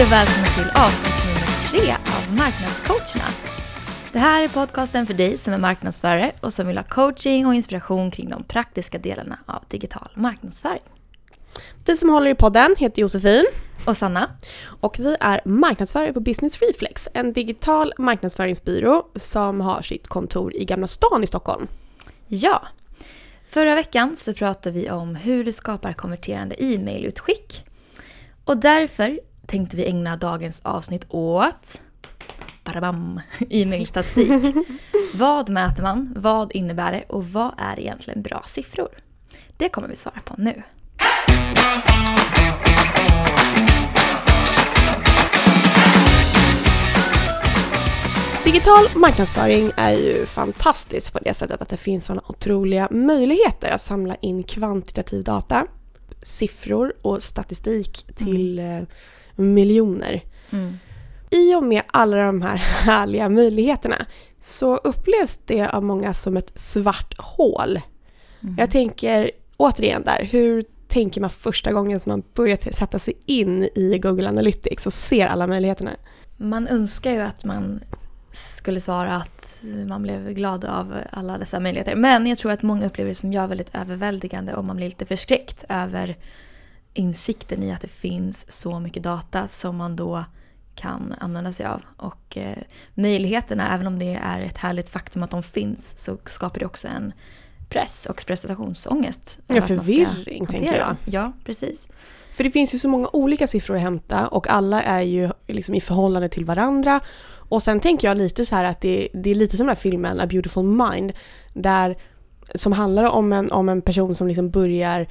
och välkomna till avsnitt nummer 3 av Marknadscoacherna. Det här är podcasten för dig som är marknadsförare och som vill ha coaching och inspiration kring de praktiska delarna av digital marknadsföring. Vi som håller i podden heter Josefin och Sanna. Och vi är marknadsförare på Business Reflex, en digital marknadsföringsbyrå som har sitt kontor i Gamla stan i Stockholm. Ja, förra veckan så pratade vi om hur du skapar konverterande e-mailutskick. Och därför tänkte vi ägna dagens avsnitt åt e-mailstatistik. Vad mäter man? Vad innebär det? Och vad är egentligen bra siffror? Det kommer vi svara på nu. Digital marknadsföring är ju fantastiskt på det sättet att det finns sådana otroliga möjligheter att samla in kvantitativ data, siffror och statistik till miljoner. I och med alla de här härliga möjligheterna så upplevs det av många som ett svart hål. Jag tänker återigen där, hur tänker man första gången som man börjar sätta sig in i Google Analytics och ser alla möjligheterna? Man önskar ju att man skulle svara att man blev glad av alla dessa möjligheter. Men jag tror att många upplever det som jag väldigt överväldigande och man blir lite förskräckt över insikten i att det finns så mycket data som man då kan använda sig av. Och möjligheterna, även om det är ett härligt faktum att de finns, så skapar det också en press och prestationsångest. Ja, förvirring tänker jag. Ja, precis. För det finns ju så många olika siffror att hämta och alla är ju liksom i förhållande till varandra. Och sen tänker jag lite så här att det är lite som den här filmen A Beautiful Mind som handlar om en person som liksom börjar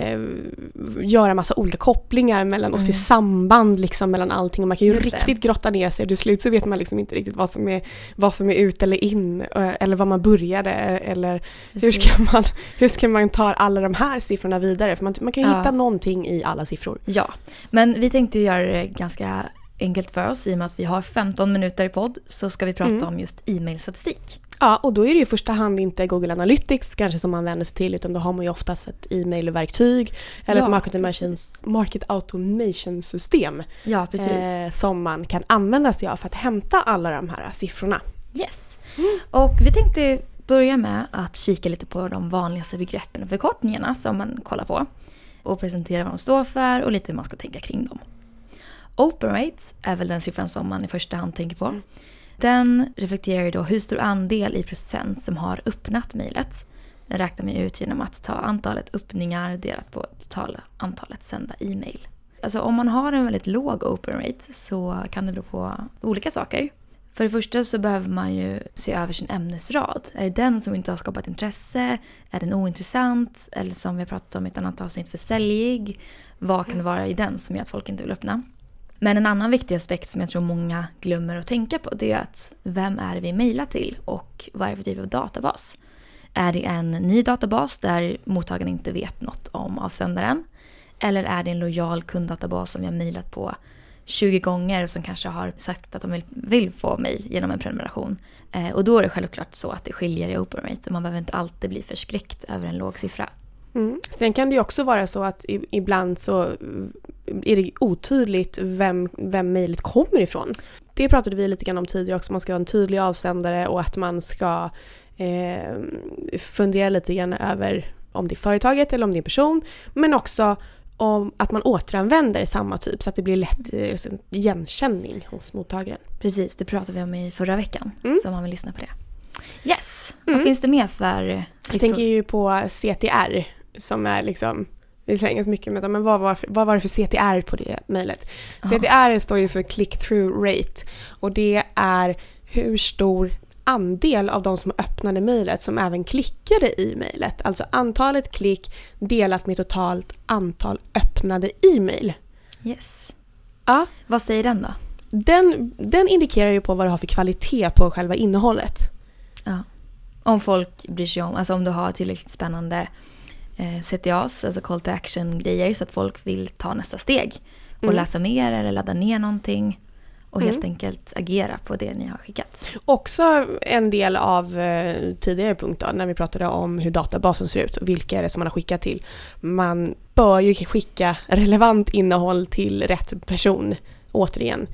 göra massa olika kopplingar mellan och se samband liksom mellan allting och man kan ju riktigt grotta ner sig och till slut så vet man liksom inte riktigt vad som är ut eller in eller vad man började eller hur ska man ta alla de här siffrorna vidare för man kan ju hitta någonting i alla siffror. Ja, men vi tänkte ju göra det ganska enkelt för oss i och med att vi har 15 minuter i podd så ska vi prata om just e-mailstatistik. Ja, och då är det ju i första hand inte Google Analytics kanske som man vänder sig till utan då har man ju oftast ett e-mailverktyg eller ett market automation system som man kan använda sig av för att hämta alla de här siffrorna. Yes. Och vi tänkte börja med att kika lite på de vanligaste begreppen och förkortningarna som man kollar på och presentera vad de står för och lite hur man ska tänka kring dem. Open rates är väl den siffran som man i första hand tänker på. Den reflekterar ju då hur stor andel i procent som har öppnat mejlet. Den räknar man ut genom att ta antalet öppningar delat på totala antalet sända e-mail. Alltså om man har en väldigt låg open rate så kan det bero på olika saker. För det första så behöver man ju se över sin ämnesrad. Är det den som inte har skapat intresse? Är den ointressant? Eller som vi har pratat om i ett annat avsnitt för säljig? Vad kan det vara i den som gör att folk inte vill öppna? Men en annan viktig aspekt som jag tror många glömmer att tänka på det är att vem är det vi mejlar till och vad är det för typ av databas? Är det en ny databas där mottagaren inte vet något om avsändaren? Eller är det en lojal kunddatabas som vi har mejlat på 20 gånger och som kanske har sagt att de vill få mejl genom en prenumeration? Och då är det självklart så att det skiljer i open rate och man behöver inte alltid bli förskräckt över en låg siffra. Sen kan det ju också vara så att ibland så är det otydligt vem mejlet kommer ifrån. Det pratade vi lite grann om tidigare också. Man ska ha en tydlig avsändare och att man ska fundera lite grann över om det är företaget eller om det är en person. Men också om att man återanvänder samma typ så att det blir lätt igenkänning hos mottagaren. Precis, det pratade vi om i förra veckan. Så man vill lyssna på det. Yes, vad finns det mer för siffror? Jag tänker ju på CTR som är liksom, det slängas mycket med men vad var det för CTR på det mejlet? CTR står ju för click-through rate och det är hur stor andel av de som öppnade mejlet som även klickade i mejlet. Alltså antalet klick delat med totalt antal öppnade e-mail. Yes. Ja. Vad säger den då? Den indikerar ju på vad du har för kvalitet på själva innehållet. Ja. Om folk bryr sig om, alltså om du har tillräckligt spännande CTAs, alltså call to action grejer så att folk vill ta nästa steg och läsa mer eller ladda ner någonting och helt enkelt agera på det ni har skickat. Också en del av tidigare punkt då, när vi pratade om hur databasen ser ut och vilka är det som man har skickat till. Man bör ju skicka relevant innehåll till rätt person återigen.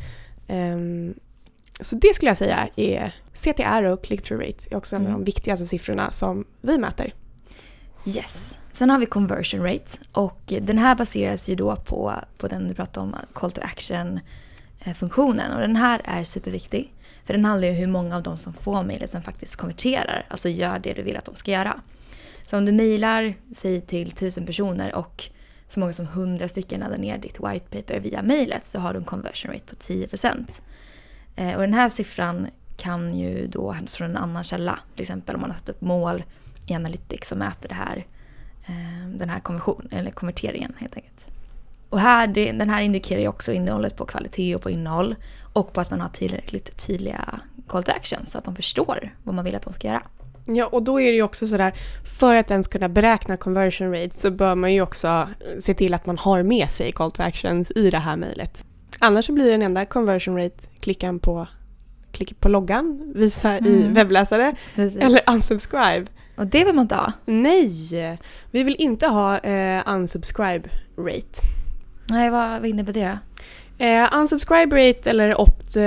Så det skulle jag säga är CTR och click-through rate är också en av de viktigaste siffrorna som vi mäter. Yes. Sen har vi conversion rate och den här baseras ju då på den du pratade om, call to action-funktionen. Och den här är superviktig. För den handlar ju om hur många av de som får mejlet som faktiskt konverterar. Alltså gör det du vill att de ska göra. Så om du mejlar, säg till 1000 personer och så många som 100 stycken laddar ner ditt white paper via mejlet, så har du en conversion rate på 10%. Och den här siffran kan ju då hämtas från en annan källa. Till exempel om man har satt upp mål i Analytics som mäter det här, den här konverteringen helt enkelt. Och den här indikerar ju också innehållet på kvalitet och på innehåll. Och på att man har tillräckligt tydliga call to action så att de förstår vad man vill att de ska göra. Ja, och då är det ju också sådär, för att ens kunna beräkna conversion rate så bör man ju också se till att man har med sig call to actions i det här mejlet. Annars så blir den enda conversion rate klicka på loggan, visa i webbläsare. Precis. Eller unsubscribe. Och det vill man inte ha. Nej, vi vill inte ha unsubscribe rate. Nej, vad innebär det? Unsubscribe rate eller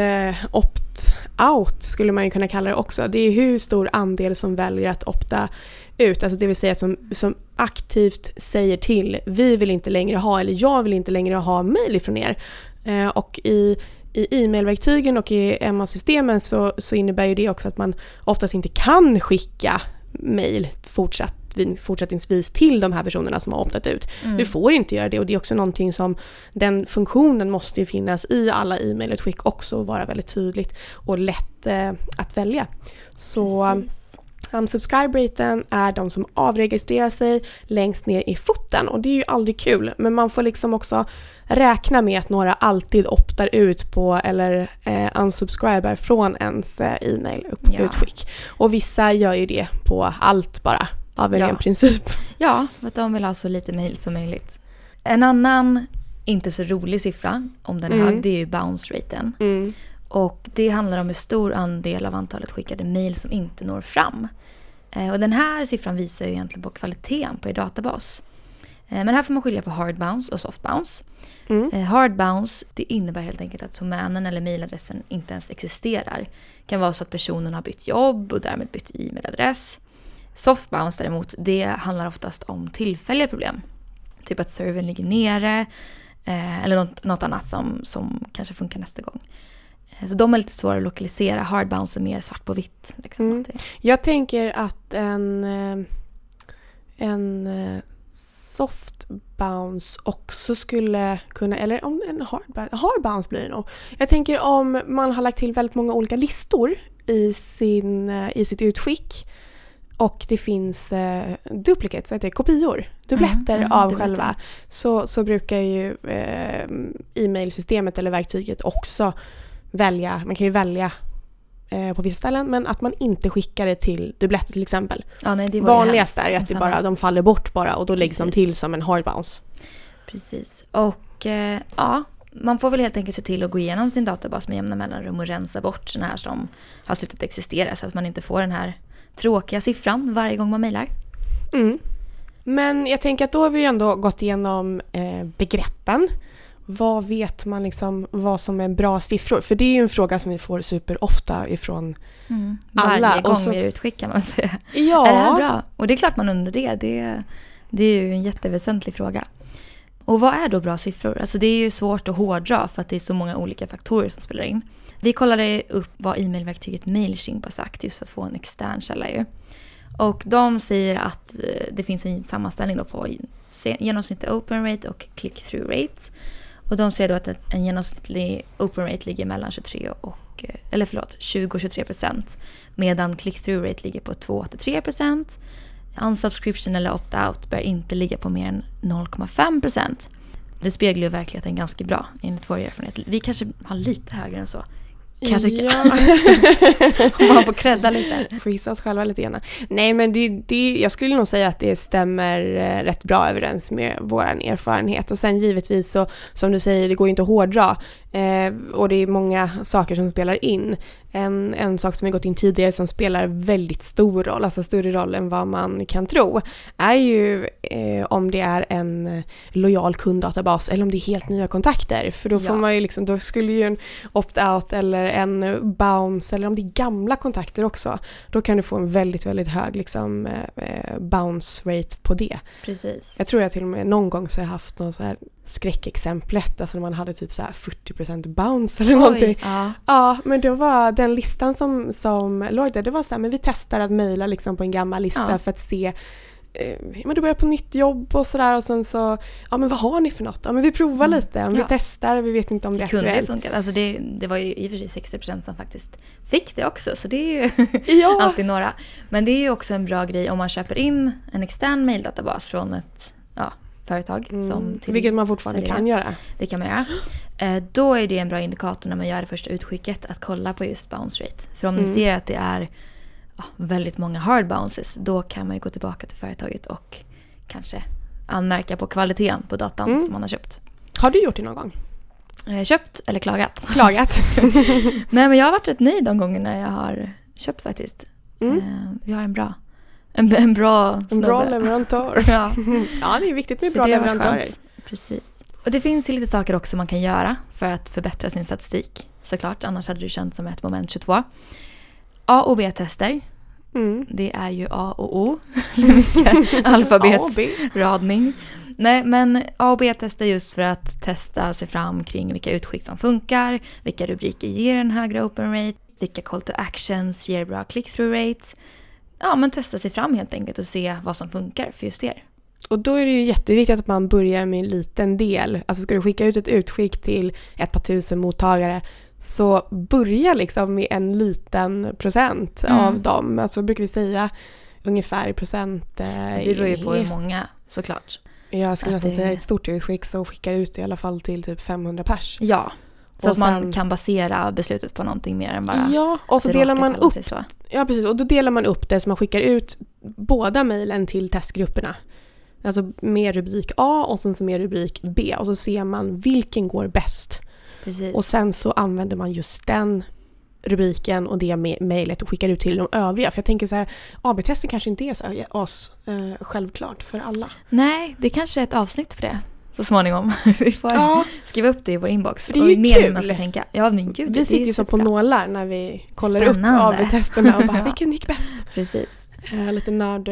opt-out skulle man ju kunna kalla det också. Det är hur stor andel som väljer att opta ut. Alltså det vill säga som aktivt säger till, vi vill inte längre ha, eller jag vill inte längre ha mejl ifrån er. Och i e-mailverktygen och i MA-systemen så innebär ju det också att man oftast inte kan skicka mejl fortsättningsvis till de här personerna som har optat ut. Du får inte göra det, och det är också någonting som den funktionen måste ju finnas i alla e-mailutskick också och vara väldigt tydligt och lätt att välja. Så unsubscribe-raten är de som avregistrerar sig längst ner i foten, och det är ju aldrig kul, men man får liksom också räkna med att några alltid optar ut på eller unsubscriber från ens e-mail-utskick. Och vissa gör ju det på allt bara av en princip. Ja, för att de vill ha så lite mejl som möjligt. En annan inte så rolig siffra, om den är hög, det är ju bounce-raten. Och det handlar om hur stor andel av antalet skickade mejl som inte når fram. Och den här siffran visar ju egentligen på kvaliteten på er databas. Men här får man skilja på hard bounce och soft bounce. Hard bounce, det innebär helt enkelt att domänen eller mejladressen inte ens existerar. Det kan vara så att personen har bytt jobb och därmed bytt e-mailadress. Soft bounce däremot, det handlar oftast om tillfälliga problem. Typ att servern ligger nere eller något annat som kanske funkar nästa gång. Så de är lite svåra att lokalisera. Hard bounce är mer svart på vitt. Liksom. Jag tänker att en soft bounce också skulle kunna, eller om en hard bounce blir det nog. Jag tänker om man har lagt till väldigt många olika listor i sitt utskick och det finns duplicates, så heter det, kopior, dubbletter av själva, så brukar ju e-mailsystemet eller verktyget också välja, man kan ju välja på vissa ställen, men att man inte skickar det till dubbletter till exempel. Ja, nej, det vanligast är att de faller bort bara, och då läggs de till som en hard bounce. Precis. Och man får väl helt enkelt se till att gå igenom sin databas med jämna mellanrum och rensa bort såna här som har slutat existera, så att man inte får den här tråkiga siffran varje gång man mejlar. Men jag tänker att då har vi ju ändå gått igenom begreppen. Vad vet man liksom vad som är bra siffror? För det är ju en fråga som vi får super ofta ifrån alla. Varje gång vi utskickar, man säger. Ja. Är det här bra? Och det är klart man undrar det. Det är ju en jätteväsentlig fråga. Och vad är då bra siffror? Alltså det är ju svårt att hårdra för att det är så många olika faktorer som spelar in. Vi kollade upp vad e-mailverktyget Mailchimp har sagt just för att få en extern källa ju. Och de säger att det finns en sammanställning då på genomsnittlig open rate och click-through rate. Och de säger då att en genomsnittlig open rate ligger mellan 20 och 23%, medan click-through rate ligger på 2-3%. Unsubscription eller opt-out bör inte ligga på mer än 0,5%. Det speglar ju verkligheten ganska bra enligt vår erfarenhet. Vi kanske har lite högre än så. Kan jag tycka. Ja. Man får credda lite. Skissa oss själva lite gärna. Nej, men jag skulle nog säga att det stämmer rätt bra överens med vår erfarenhet. Och sen givetvis så, som du säger, det går ju inte att hårdra. Och det är många saker som spelar in. En sak som vi gått in tidigare som spelar väldigt stor roll, alltså större roll än vad man kan tro, är ju om det är en lojal kunddatabas eller om det är helt nya kontakter. För då får man ju liksom, då skulle ju en opt-out eller en bounce, eller om det är gamla kontakter också, då kan du få en väldigt, väldigt hög liksom, bounce rate på det. Precis. Jag tror jag till och med någon gång så har jag haft någon så här skräckexemplet, alltså när man hade typ så här 40% bounce eller någonting. Ja, men det var den listan som låg där, det var så här, men vi testar att mejla liksom på en gammal lista för att se men du börjar på nytt jobb och sådär, och sen så, men vad har ni för något? Ja, men vi provar lite, vi testar, vi vet inte om det är aktuellt. Det kunde funka, alltså det var ju i och för sig 60% som faktiskt fick det också, så det är ju alltid några. Men det är ju också en bra grej om man köper in en extern mejldatabas från ett företag. Vilket man fortfarande kan göra. Det kan man göra. Då är det en bra indikator när man gör det första utskicket att kolla på just bounce rate. För om ni ser att det är väldigt många hard bounces, då kan man ju gå tillbaka till företaget och kanske anmärka på kvaliteten på datan som man har köpt. Har du gjort det någon gång? Köpt eller klagat? Klagat. Nej, men jag har varit rätt nöjd de gångerna jag har köpt faktiskt. Vi har en bra leverantör. Ja, det är viktigt med så bra leverantörer. Precis. Och det finns ju lite saker också man kan göra för att förbättra sin statistik. Såklart, annars hade du känt som ett moment 22. A- och B-tester. Det är ju A och O. Mycket alfabetsradning. Nej, men A- och B-tester just för att testa sig fram kring vilka utskick som funkar, vilka rubriker ger en högre open rate, vilka call to actions ger bra click-through rates. Ja, men testa sig fram helt enkelt och se vad som funkar för just er. Och då är det ju jätteviktigt att man börjar med en liten del. Alltså ska du skicka ut ett utskick till ett par tusen mottagare, så börja liksom med en liten procent av dem. Alltså brukar vi säga ungefär i procent. Det beror ju på hur många, såklart. Jag skulle nästan säga ett stort utskick, så skickar ut i alla fall till typ 500 pers. Ja. Så och att man kan basera beslutet på någonting mer än bara... Ja, och så delar man upp... Ja, precis. Och då delar man upp det så man skickar ut båda mejlen till testgrupperna. Alltså med rubrik A och sen så med rubrik B. Och så ser man vilken går bäst. Precis. Och sen så använder man just den rubriken och det mejlet och skickar ut till de övriga. För jag tänker så här, AB-testen kanske inte är så självklart för alla. Nej, det kanske är ett avsnitt på det. Så småningom. Vi får skriva upp det i vår inbox. För det är ju mer kul. Man ska tänka. Ja, men gud, vi sitter ju så på nålar när vi kollar upp AB-testerna och bara, vilken gick bäst? Precis. Lite nörd.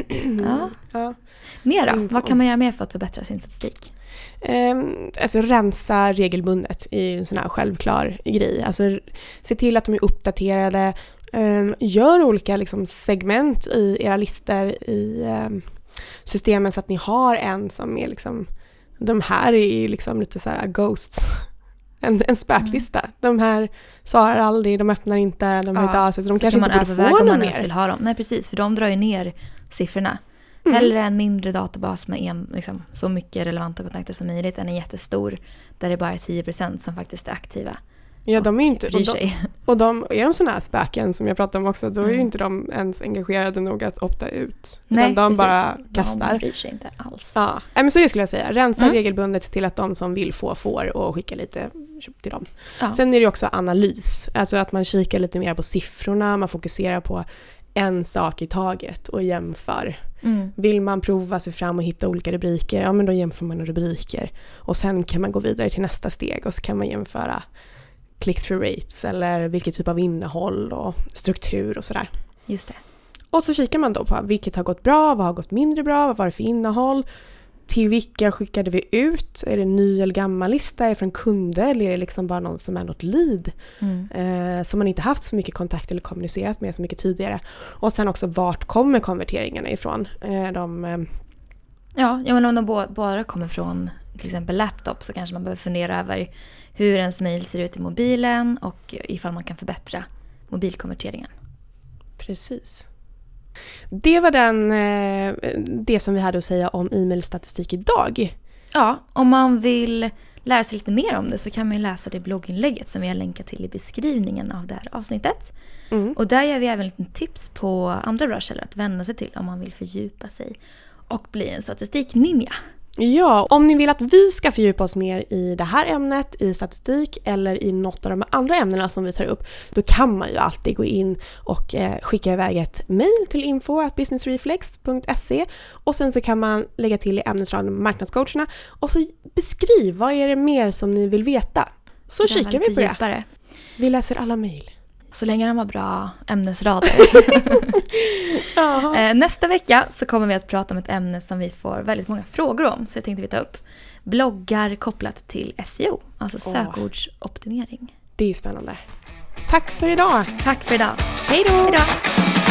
Mer då? Vad kan man göra mer för att förbättra sin statistik? Alltså rensa regelbundet i en sån här självklar grej. Alltså se till att de är uppdaterade. Gör olika liksom, segment i era listor i systemen så att ni har en som är liksom, de här är ju liksom lite så här ghosts. En spöklista. De här svarar aldrig, de öppnar inte, de hör inte av sig, så de kanske inte borde få någon mer. Vill ha dem. Nej, precis, för de drar ju ner siffrorna. Hellre en mindre databas med liksom, så mycket relevanta kontakter som möjligt än en jättestor där det bara är 10% som faktiskt är aktiva. Ja, de är inte och de är de såna här spöken som jag pratade om också, då är ju inte de ens engagerade nog att opta ut. Nej, de bara kastar. De bryr sig inte alls. Ja, men så det skulle jag säga. Rensa regelbundet till att de som vill får och skicka lite till dem. Ja. Sen är det också analys. Alltså att man kikar lite mer på siffrorna, man fokuserar på en sak i taget och jämför. Vill man prova sig fram och hitta olika rubriker, ja men då jämför man rubriker. Och sen kan man gå vidare till nästa steg och så kan man jämföra click-through rates eller vilket typ av innehåll och struktur och sådär. Just det. Och så kikar man då på vilket har gått bra, vad har gått mindre bra, vad var det för innehåll, till vilka skickade vi ut, är det ny eller gammal lista, är det från kunder eller är det liksom bara någon som är något lead som man inte haft så mycket kontakt eller kommunicerat med så mycket tidigare. Och sen också vart kommer konverteringarna ifrån? Ja, men om de bara kommer från till exempel laptop så kanske man behöver fundera över hur ens mejl ser ut i mobilen och ifall man kan förbättra mobilkonverteringen. Precis. Det var det som vi hade att säga om e-mailstatistik idag. Ja, om man vill lära sig lite mer om det så kan man ju läsa det blogginlägget som vi har länkat till i beskrivningen av det här avsnittet. Och där ger vi även lite tips på andra bra källor att vända sig till om man vill fördjupa sig och bli en statistikninja. Ja, om ni vill att vi ska fördjupa oss mer i det här ämnet, i statistik eller i något av de andra ämnena som vi tar upp, då kan man ju alltid gå in och skicka iväg ett mejl till info@businessreflex.se och sen så kan man lägga till i ämnesraden marknadscoacherna och så beskriv vad är det mer som ni vill veta. Så kikar vi på det. Vi läser alla mejl. Så länge de har bra ämnesrader. Nästa vecka så kommer vi att prata om ett ämne som vi får väldigt många frågor om. Så jag tänkte vi ta upp bloggar kopplat till SEO. Alltså sökordsoptimering. Det är spännande. Tack för idag. Tack för idag. Hej då. Hej då.